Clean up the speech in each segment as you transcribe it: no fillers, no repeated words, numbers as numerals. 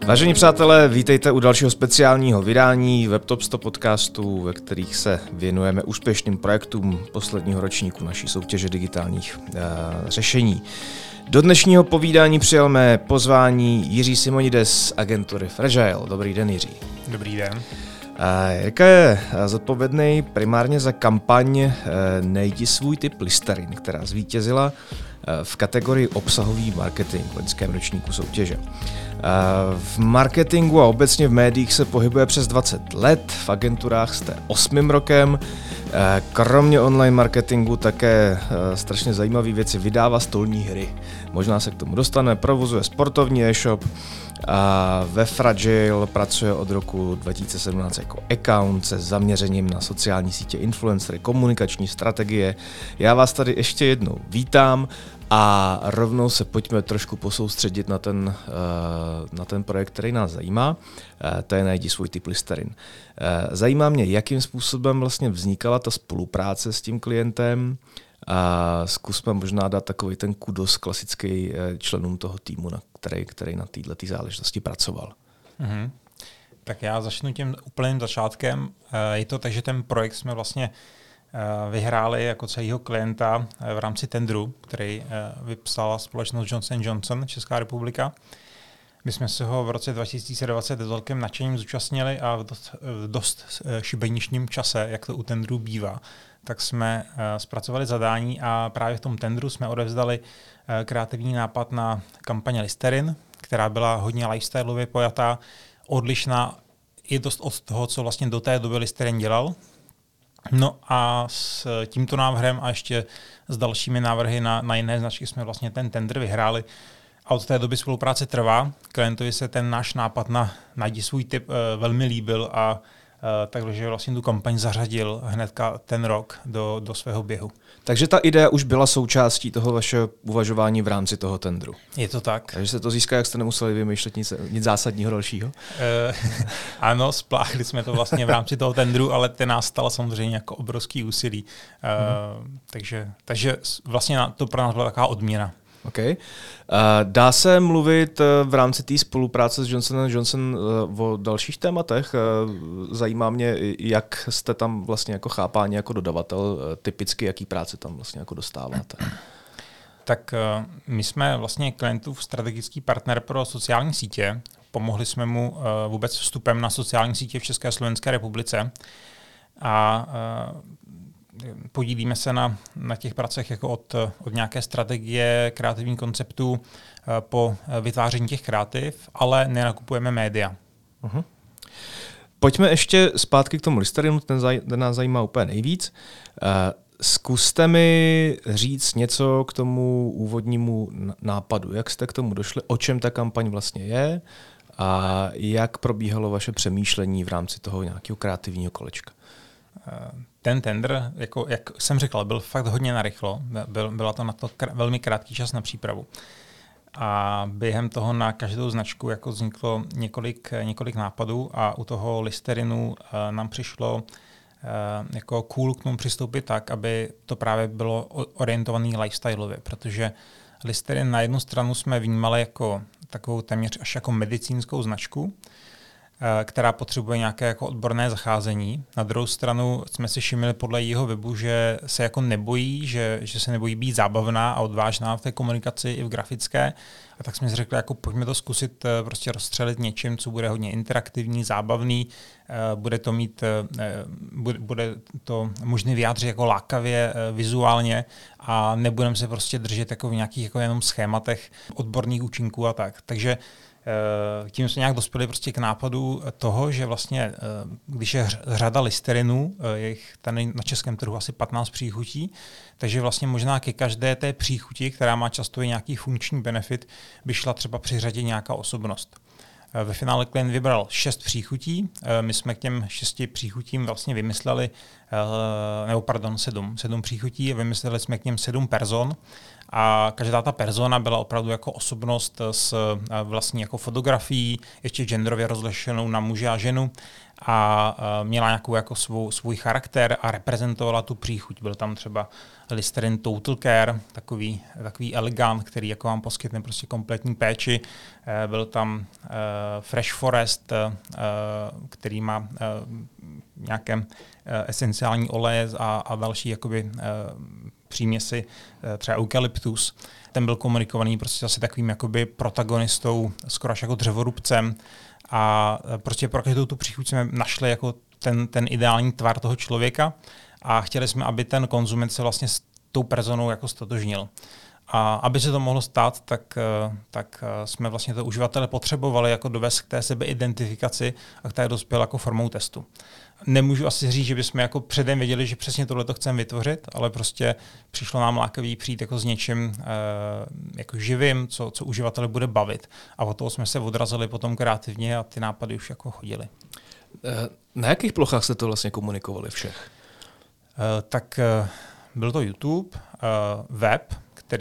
Vážení přátelé, vítejte u dalšího speciálního vydání WebTop 100 podcastů, ve kterých se věnujeme úspěšným projektům posledního ročníku naší soutěže digitálních řešení. Do dnešního povídání přijal mé pozvání Jiří Simonides z agentury Fragile. Dobrý den, Jiří. Dobrý den. Jirka je zodpovědný primárně za kampaň Najdi svůj typ Listerin, která zvítězila v kategorii obsahový marketing v loňském ročníku soutěže. V marketingu a obecně v médiích se pohybuje přes 20 let, v agenturách jste 8. rokem. Kromě online marketingu také strašně zajímavé věci vydává stolní hry. Možná se k tomu dostane, provozuje sportovní e-shop a ve Fragile pracuje od roku 2017 jako account se zaměřením na sociální sítě, influencery, komunikační strategie. Já vás tady ještě jednou vítám a rovnou se pojďme trošku posoustředit na ten projekt, který nás zajímá. To je Najdi svůj typ Listerin. Zajímá mě, jakým způsobem vlastně vznikala ta spolupráce s tím klientem. A zkusme možná dát takový ten kudos klasický členům toho týmu, který na této záležitosti pracoval. Mm-hmm. Tak já začnu tím úplným začátkem. Je to tak, že ten projekt jsme vlastně vyhráli jako celého klienta v rámci tendru, který vypsala společnost Johnson & Johnson, Česká republika. My jsme se ho v roce 2020 s velkým nadšením zúčastnili a v dost šibeničním čase, jak to u tendru bývá, tak jsme zpracovali zadání a právě v tom tendru jsme odevzdali kreativní nápad na kampaň Listerin, která byla hodně lifestyleově pojatá, odlišná i dost od toho, co vlastně do té doby Listerin dělal. No a s tímto návrhem a ještě s dalšími návrhy na jiné značky jsme vlastně ten tender vyhráli. A od té doby spolupráce trvá. Klientovi se ten náš nápad na Najdi svůj typ velmi líbil a takže vlastně tu kampaň zařadil hnedka ten rok do svého běhu. Takže ta idea už byla součástí toho vašeho uvažování v rámci toho tendru. Je to tak. Takže se to získá, jak jste nemuseli vymýšlet nic zásadního dalšího? Ano, spláchli jsme to vlastně v rámci toho tendru, ale ten nás stal samozřejmě jako obrovský úsilí. Takže vlastně to pro nás byla taková odměna. Okay. Dá se mluvit v rámci té spolupráce s Johnson & Johnson o dalších tématech? Zajímá mě, jak jste tam vlastně jako chápáni jako dodavatel, typicky jaký práce tam vlastně jako dostáváte? Tak my jsme vlastně klientův strategický partner pro sociální sítě. Pomohli jsme mu vůbec vstupem na sociální sítě v České a Slovenské republice a podílíme se na těch pracech jako od nějaké strategie, kreativních konceptů po vytváření těch kreativ, ale nenakupujeme média. Uh-huh. Pojďme ještě zpátky k tomu Listerinu, ten nás zajímá úplně nejvíc. Zkuste mi říct něco k tomu úvodnímu nápadu. Jak jste k tomu došli, o čem ta kampaň vlastně je a jak probíhalo vaše přemýšlení v rámci toho nějakého kreativního kolečka? Ten tender, jako, jak jsem říkal, byl fakt hodně narychlo. Byla to na to velmi krátký čas na přípravu. A během toho na každou značku jako vzniklo několik nápadů a u toho Listerinu nám přišlo jako cool k tomu přistoupit tak, aby to právě bylo orientovaný lifestyleově, protože Listerin na jednu stranu jsme vnímali jako takovou téměř až jako medicínskou značku, která potřebuje nějaké jako odborné zacházení. Na druhou stranu jsme si všimli podle jeho webu, že se jako nebojí, že se nebojí být zábavná a odvážná v té komunikaci i v grafické. A tak jsme si řekli, jako pojďme to zkusit prostě rozstřelit něčím, co bude hodně interaktivní, zábavný, bude to možný vyjádřit jako lákavě, vizuálně a nebudeme se prostě držet jako v nějakých jako jenom schématech odborných účinků a tak. Takže tím jsme nějak dospěli prostě k nápadu toho, že vlastně, když je řada Listerinů, je tady na českém trhu asi 15 příchutí, takže vlastně možná ke každé té příchuti, která má často i nějaký funkční benefit, by šla třeba při řadě nějaká osobnost. Ve finále klient vybral 6 příchutí, my jsme k těm 6 příchutím vlastně vymysleli, 7 příchutí, vymysleli jsme k něm 7 person a každá ta persona byla opravdu jako osobnost s vlastní jako fotografií, ještě genderově rozlišenou na muže a ženu a měla nějakou jako svůj charakter a reprezentovala tu příchuť. Byl tam třeba Listerin Total Care, takový elegant, který jako vám poskytne prostě kompletní péči. Byl tam Fresh Forest, který má nějaké esenciální oleje a další jakoby příměsi, třeba eukalyptus. Ten byl komunikovaný prostě zase takovým jakoby protagonistou, skoro až jako dřevorubcem. A prostě pro každou tu příchuť jsme našli jako ten ideální tvar toho člověka a chtěli jsme, aby ten konzument se vlastně s tou personou jako stotožnil. A aby se to mohlo stát, tak jsme vlastně to uživatele potřebovali jako dovést k té sebeidentifikaci a k té dospěl jako formou testu. Nemůžu asi říct, že bychom jako předem věděli, že přesně tohleto chceme vytvořit, ale prostě přišlo nám lákavý přijít jako s něčím jako živým, co uživatele bude bavit. A od toho jsme se odrazili potom kreativně a ty nápady už jako chodily. Na jakých plochách jste to vlastně komunikovali všech? Tak byl to YouTube, web,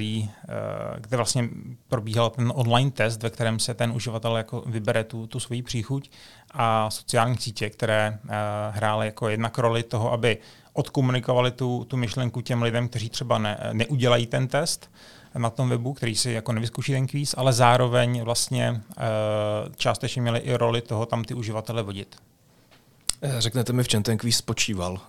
kde vlastně probíhal ten online test, ve kterém se ten uživatel jako vybere tu svoji příchuť, a sociální sítě, které hrály jako jednak roli toho, aby odkomunikovali tu myšlenku těm lidem, kteří třeba neudělají ten test na tom webu, který si jako nevyzkouší ten kvíz, ale zároveň vlastně částečně měli i roli toho tam ty uživatele vodit. Řeknete mi, v čem ten kvíz spočíval?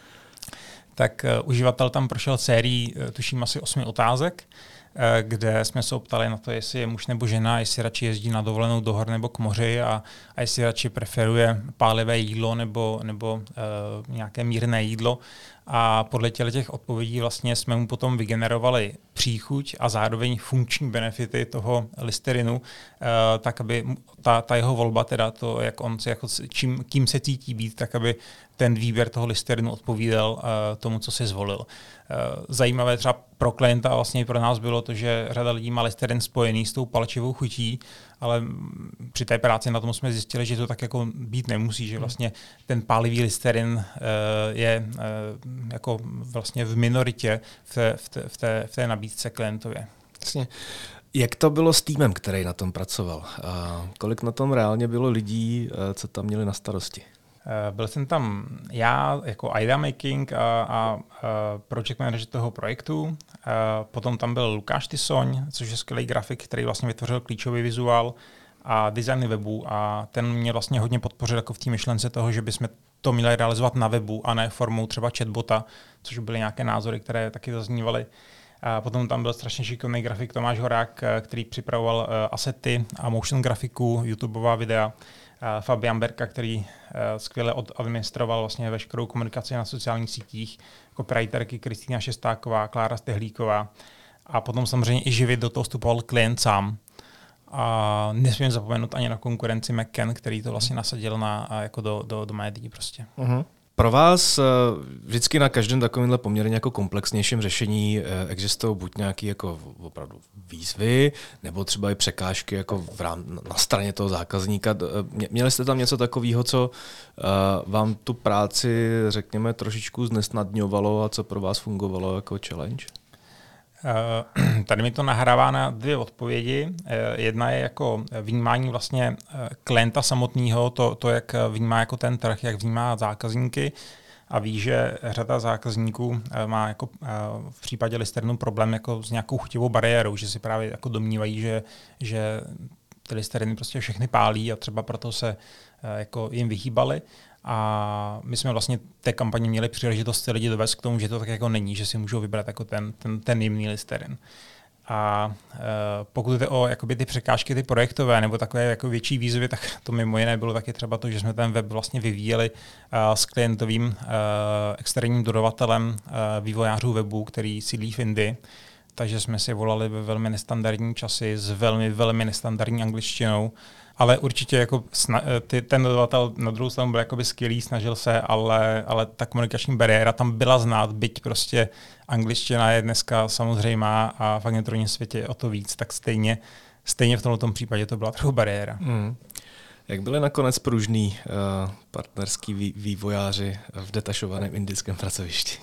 Tak uživatel tam prošel sérii, tuším asi 8 otázek, kde jsme se optali na to, jestli je muž nebo žena, jestli radši jezdí na dovolenou do hor nebo k moři a jestli radši preferuje pálivé jídlo nebo nějaké mírné jídlo. A podle těch odpovědí vlastně jsme mu potom vygenerovali příchuť a zároveň funkční benefity toho Listerinu, tak aby ta jeho volba, teda to, jak on se jako kým se cítí být, tak aby ten výběr toho Listerinu odpovídal tomu, co si zvolil. Zajímavé třeba pro klienta a vlastně pro nás bylo to, že řada lidí má Listerin spojený s tou palčivou chutí, ale při té práci na tom jsme zjistili, že to tak jako být nemusí, že vlastně ten pálivý Listerin je jako vlastně v minoritě v té nabídce klientově. Jasně. Jak to bylo s týmem, který na tom pracoval? A kolik na tom reálně bylo lidí, co tam měli na starosti? Byl jsem tam já jako idea making a project manager toho projektu. Potom tam byl Lukáš Tysoň, což je skvělý grafik, který vlastně vytvořil klíčový vizuál a designy webu, a ten mě vlastně hodně podpořil jako v té myšlence toho, že bychom to měli realizovat na webu a ne formou třeba chatbota, což byly nějaké názory, které taky zaznívaly. A potom tam byl strašně šikovný grafik Tomáš Horák, který připravoval asety a motion grafiku, YouTubeová videa. Fabian Berka, který skvěle odadministroval vlastně veškerou komunikaci na sociálních sítích, copywriterky Kristýna Šestáková, Klára Stehlíková, a potom samozřejmě i živě do toho vstupoval klient sám. A nesmím zapomenout ani na konkurenci McCann, který to vlastně nasadil jako do médií prostě. Uh-huh. Pro vás vždycky na každém takovémhle poměrně jako komplexnějším řešení existují buď nějaké jako opravdu výzvy, nebo třeba i překážky jako na straně toho zákazníka. Měli jste tam něco takového, co vám tu práci, řekněme, trošičku znesnadňovalo a co pro vás fungovalo jako challenge? Tady mi to nahrává na 2 odpovědi. Jedna je jako vnímání vlastně klienta samotného, to, jak vnímá jako ten trh, jak vnímá zákazníky, a ví, že řada zákazníků má jako v případě Listerinu problém jako s nějakou chuťovou bariérou, že si právě jako domnívají, že ty Listeriny prostě všechny pálí a třeba proto se jako jim vyhýbali. A my jsme vlastně té kampaně měli příležitost ty lidi dovést k tomu, že to tak jako není, že si můžou vybrat jako ten jemný Listerin. A pokud jde o jakoby ty překážky, ty projektové nebo takové jako větší výzvy, tak to mimo jiné bylo taky třeba to, že jsme ten web vlastně vyvíjeli s klientovým externím dodavatelem vývojářů webu, který sídlí v Indii. Takže jsme si volali ve velmi nestandardní časy s velmi, velmi nestandardní angličtinou. Ale určitě jako ten dodavatel na druhou stranu byl jakoby skvělý, snažil se, ale ta komunikační bariéra tam byla znát, byť prostě angličtina je dneska samozřejmá a v agenturním světě je o to víc, tak stejně v tomto případě to byla trochu bariéra. Jak byli nakonec pružní partnerský vývojáři v detašovaném indickém pracovišti?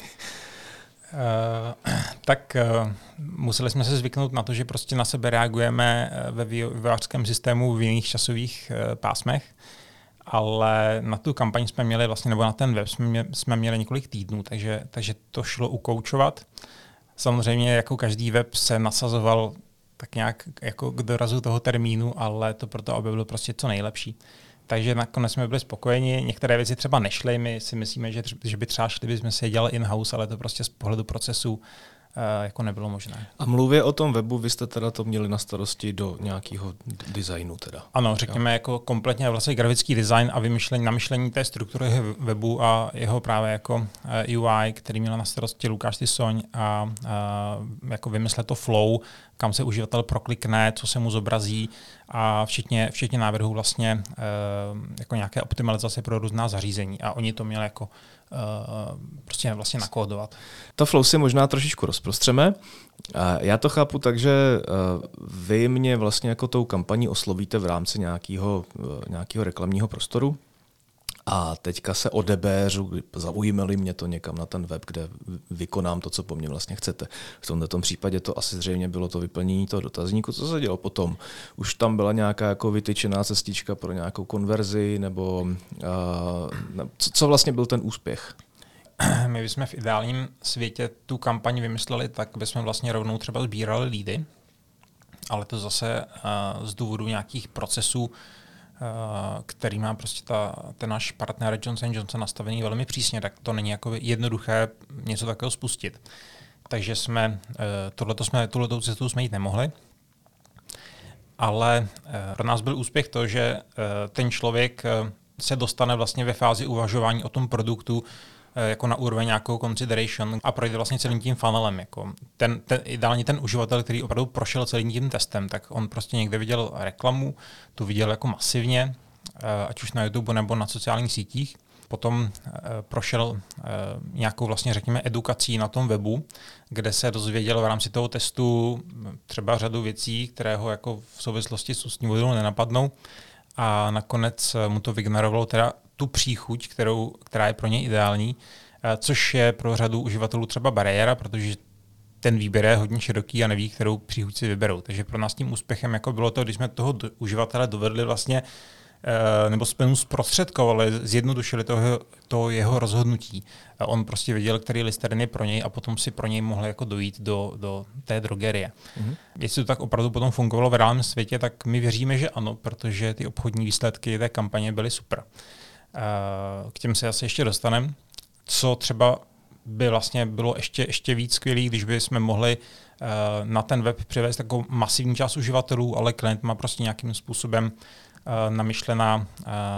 Tak museli jsme se zvyknout na to, že prostě na sebe reagujeme ve vývojářském systému v jiných časových pásmech ale na tu kampaň jsme měli vlastně, nebo na ten web jsme měli několik týdnů, takže to šlo ukoučovat. Samozřejmě jako každý web se nasazoval tak nějak jako k dorazu toho termínu, ale to proto, aby bylo prostě co nejlepší. Takže nakonec jsme byli spokojeni. Některé věci třeba nešly, my si myslíme, že by třeba šly, bychom si je dělali in-house, ale to prostě z pohledu procesu jako nebylo možné. A mluvě o tom webu, vy jste teda to měli na starosti do nějakého designu teda? Ano, řekněme jako kompletně vlastně grafický design a namyšlení té struktury webu a jeho právě jako UI, který měl na starosti Lukáš Tysoň a jako vymyslet to flow, kam se uživatel proklikne, co se mu zobrazí a včetně návrhů vlastně jako nějaké optimalizace pro různá zařízení. A oni to měli jako prostě vlastně nakódovat. To flow si možná trošičku rozprostřeme. Já to chápu tak, že vy mě vlastně jako tou kampaní oslovíte v rámci nějakého reklamního prostoru a teďka se odebéřu, zaujme-li mě to někam na ten web, kde vykonám to, co po mně vlastně chcete. V tomto případě to asi zřejmě bylo to vyplnění toho dotazníku. Co se dělo potom? Už tam byla nějaká jako vytyčená cestička pro nějakou konverzi, nebo co vlastně byl ten úspěch? My bychom v ideálním světě tu kampaň vymysleli tak, bychom vlastně rovnou třeba sbírali lídy, ale to zase z důvodu nějakých procesů, který má prostě ten náš partner Johnson & Johnson nastavený velmi přísně, tak to není jako jednoduché něco takového spustit. Takže jsme tuhletou cestou jsme jít nemohli, ale pro nás byl úspěch to, že ten člověk se dostane vlastně ve fázi uvažování o tom produktu jako na úroveň nějakou consideration a projde vlastně celým tím funnelem. Jako ideálně ten uživatel, který opravdu prošel celým tím testem, tak on prostě někde viděl reklamu, tu viděl jako masivně, ať už na YouTube nebo na sociálních sítích. Potom prošel nějakou vlastně řekněme edukací na tom webu, kde se dozvěděl v rámci toho testu třeba řadu věcí, které ho jako v souvislosti s ústní vodou nenapadnou. A nakonec mu to vygenerovalo teda tu příchuť, která je pro něj ideální, což je pro řadu uživatelů třeba bariéra, protože ten výběr je hodně široký a neví, kterou příchuť si vyberou. Takže pro nás tím úspěchem jako bylo to, když jsme toho uživatele dovedli vlastně, nebo jsme mu zprostředkovali, zjednodušili to jeho rozhodnutí. On prostě věděl, který listerin je pro něj a potom si pro něj mohl jako dojít do té drogerie. Mm-hmm. Jestli to tak opravdu potom fungovalo v reálném světě, tak my věříme, že ano, protože ty obchodní výsledky té kampaně byly super. K těm se asi ještě dostaneme. Co třeba by vlastně bylo ještě víc skvělý, když by jsme mohli na ten web přivést takovou masivní část uživatelů, ale klient má prostě nějakým způsobem namyšlenou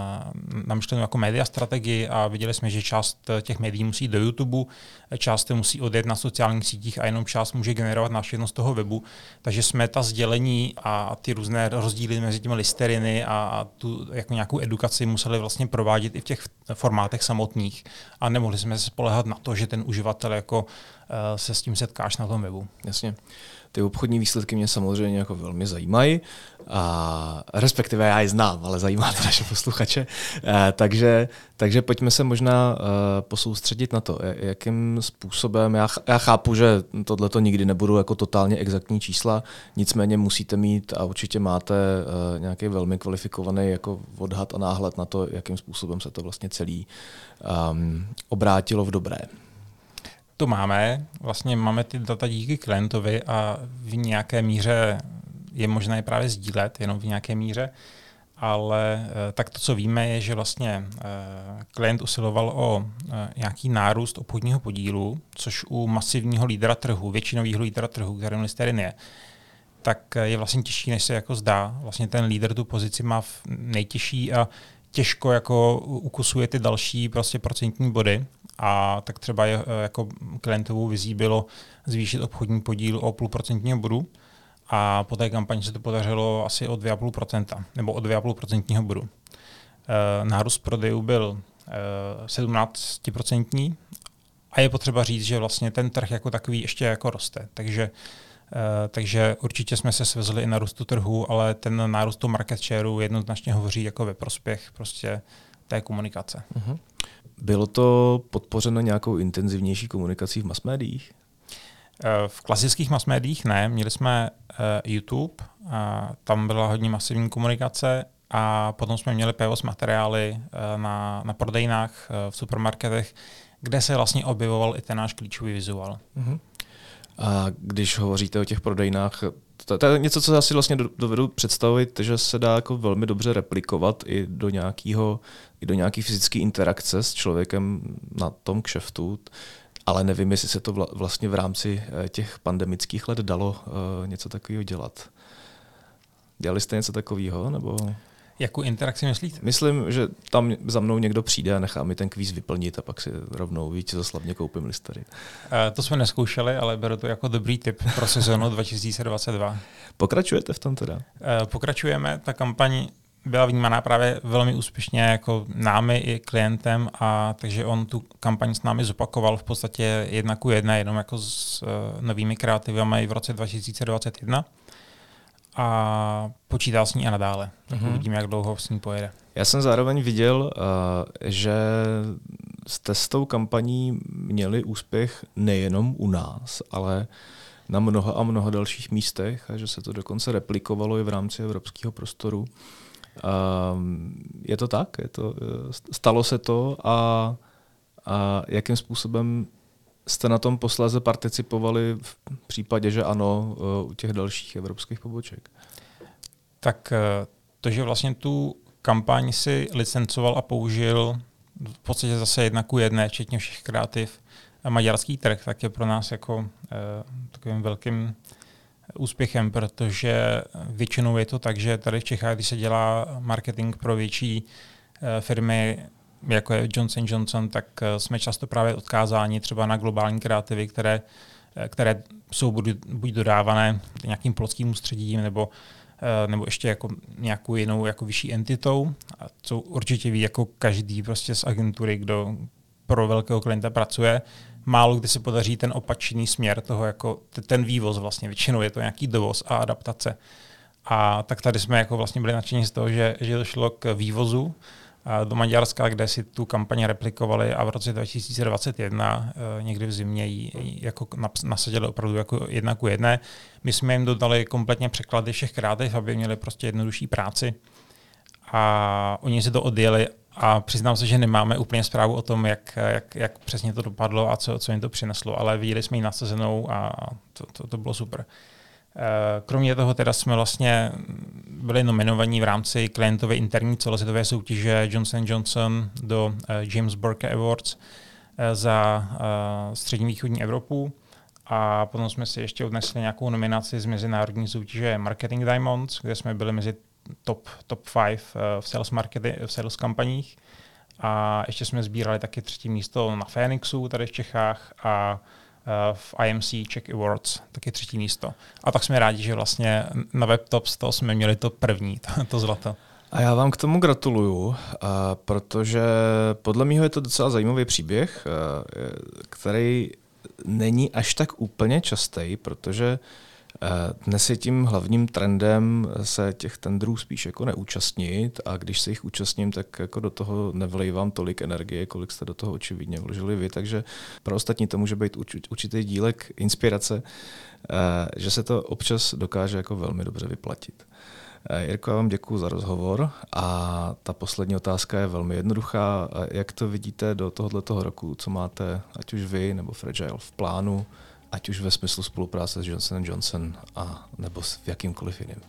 jako média strategii a viděli jsme, že část těch médií musí do YouTube, část musí odjet na sociálních sítích a jenom část může generovat návštěvnost toho webu. Takže jsme ta sdělení a ty různé rozdíly mezi těmi listeriny a tu jako nějakou edukaci museli vlastně provádět i v těch formátech samotných a nemohli jsme se spoléhat na to, že ten uživatel jako se s tím setkáš na tom webu. Jasně. Ty obchodní výsledky mě samozřejmě jako velmi zajímají, a respektive já je znám, ale zajímá to naše posluchače. Takže pojďme se možná posoustředit na to, jakým způsobem, já chápu, že tohleto nikdy nebudu jako totálně exaktní čísla, nicméně musíte mít a určitě máte nějaký velmi kvalifikovaný jako odhad a náhled na to, jakým způsobem se to vlastně celý obrátilo v dobré. To máme. Vlastně máme ty data díky klientovi a v nějaké míře je možné právě sdílet, jenom v nějaké míře, ale tak to, co víme, je, že vlastně klient usiloval o nějaký nárůst obchodního podílu, což u masivního lídra trhu, většinového lídra trhu, kterým listerin je, tak je vlastně těžší, než se jako zdá. Vlastně ten lídr tu pozici má nejtěžší a těžko jako ukusuje ty další prostě procentní body. A tak třeba jako klientovou vizí bylo zvýšit obchodní podíl o 0,5% bodu a po té kampani se to podařilo asi o 2,5% nebo o 2,5% bodu. Nárůst prodejů byl 17% a je potřeba říct, že vlastně ten trh jako takový ještě jako roste. Takže určitě jsme se svezli i na růstu trhu, ale ten nárůst toho market shareu jednoznačně hovoří jako ve prospěch prostě té komunikace. Uh-huh. Bylo to podpořeno nějakou intenzivnější komunikací v masmédiích? V klasických masmédiích ne. Měli jsme YouTube, tam byla hodně masivní komunikace a potom jsme měli POS materiály na prodejnách v supermarketech, kde se vlastně objevoval i ten náš klíčový vizuál. A když hovoříte o těch prodejnách, to je něco, co asi vlastně dovedu představit, že se dá jako velmi dobře replikovat i do nějaký fyzické interakce s člověkem na tom kšeftu, ale nevím, jestli se to vlastně v rámci těch pandemických let dalo něco takového dělat. Dělali jste něco takového? Nebo... Jakou interakci myslíte? Myslím, že tam za mnou někdo přijde a nechá mi ten kvíz vyplnit a pak si rovnou vítězoslavně koupím listery. To jsme neskoušeli, ale beru to jako dobrý tip pro sezonu 2022. Pokračujete v tom teda? Pokračujeme. Ta kampaň byla vnímaná právě velmi úspěšně jako námi i klientem, a takže on tu kampaň s námi zopakoval v podstatě 1:1, jenom jako s novými kreativami v roce 2021. A počítá s ní a nadále. Tak uvidíme, jak dlouho s ní pojede. Já jsem zároveň viděl, že jste s tou kampaní měli úspěch nejenom u nás, ale na mnoha a mnoha dalších místech a že se to dokonce replikovalo i v rámci evropského prostoru. Je to tak? Stalo se to a jakým způsobem jste na tom posléze participovali v případě, že ano, u těch dalších evropských poboček? Tak to, že vlastně tu kampaň si licencoval a použil v podstatě zase 1:1, včetně všech kreativ, maďarský trh, tak je pro nás jako takovým velkým úspěchem, protože většinou je to tak, že tady v Čechách, když se dělá marketing pro větší firmy, jako je Johnson & Johnson, tak jsme často právě odkázáni třeba na globální kreativy, které jsou buď dodávané nějakým polským ústředím, nebo ještě jako nějakou jinou jako vyšší entitou, co určitě ví jako každý prostě z agentury, kdo pro velkého klienta pracuje. Málo kdy se podaří ten opačný směr toho, jako ten vývoz vlastně, většinou je to nějaký dovoz a adaptace. A tak tady jsme jako vlastně byli nadšení z toho, že došlo k vývozu do Maďarska, kde si tu kampaň replikovali a v roce 2021 někdy v zimě ji jako nasadili opravdu jako 1:1. My jsme jim dodali kompletně překlady všech kreativ, aby měli prostě jednodušší práci. A oni si to odjeli a přiznám se, že nemáme úplně zprávu o tom, jak přesně to dopadlo a co jim to přineslo, ale viděli jsme ji nasazenou a to bylo super. Kromě toho teda jsme vlastně byli nominovaní v rámci klientové interní celosvětové soutěže Johnson & Johnson do James Burke Awards za střední východní Evropu, a potom jsme si ještě odnesli nějakou nominaci z mezinárodní soutěže Marketing Diamonds, kde jsme byli mezi top 5 v sales kampaních, a ještě jsme sbírali taky 3. místo na Phoenixu tady v Čechách a v IMC Czech Awards taky 3. místo. A tak jsme rádi, že vlastně na WebTop z toho jsme měli to první, to zlato. A já vám k tomu gratuluju, protože podle mého je to docela zajímavý příběh, který není až tak úplně častý, protože dnes je tím hlavním trendem se těch tendrů spíš jako neúčastnit, a když se jich účastním, tak jako do toho nevlejvám tolik energie, kolik jste do toho očividně vložili vy, takže pro ostatní to může být určitý dílek inspirace, že se to občas dokáže jako velmi dobře vyplatit. Jirko, já vám děkuju za rozhovor a ta poslední otázka je velmi jednoduchá. Jak to vidíte do tohoto roku? Co máte, ať už vy nebo Fragile, v plánu, ať už ve smyslu spolupráce s Johnson & Johnson a nebo s jakýmkoliv jiným?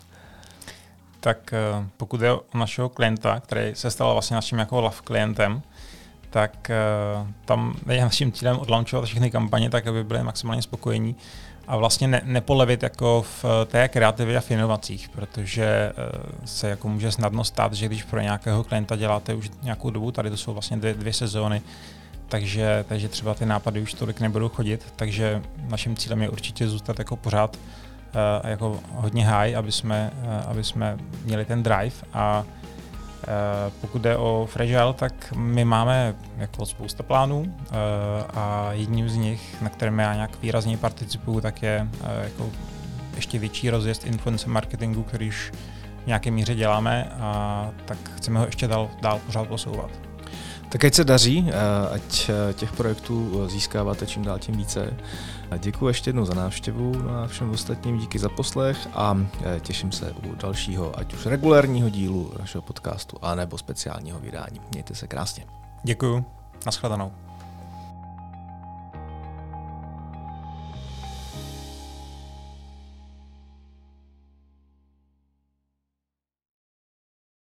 Tak pokud je o našeho klienta, který se stal vlastně naším jako love klientem, tak tam je naším cílem odlaunchovat všechny kampaně tak, aby byli maximálně spokojení a vlastně nepolevit jako v té kreativě a v inovacích, protože se jako může snadno stát, že když pro nějakého klienta děláte už nějakou dobu, tady to jsou vlastně 2 sezóny, takže třeba ty nápady už tolik nebudou chodit, takže naším cílem je určitě zůstat jako pořád jako hodně high, aby jsme měli ten drive. A pokud jde o Fragile, tak my máme jako spousta plánů a jedním z nich, na kterém já nějak výrazně participuju, tak je jako ještě větší rozjezd influencer marketingu, který už v nějaké míře děláme, a tak chceme ho ještě dál pořád posouvat. Tak ať se daří, ať těch projektů získáváte čím dál tím více. Děkuji ještě jednou za návštěvu, no a všem ostatním díky za poslech a těším se u dalšího, ať už regulérního dílu našeho podcastu, anebo speciálního vydání. Mějte se krásně. Děkuju, nashledanou.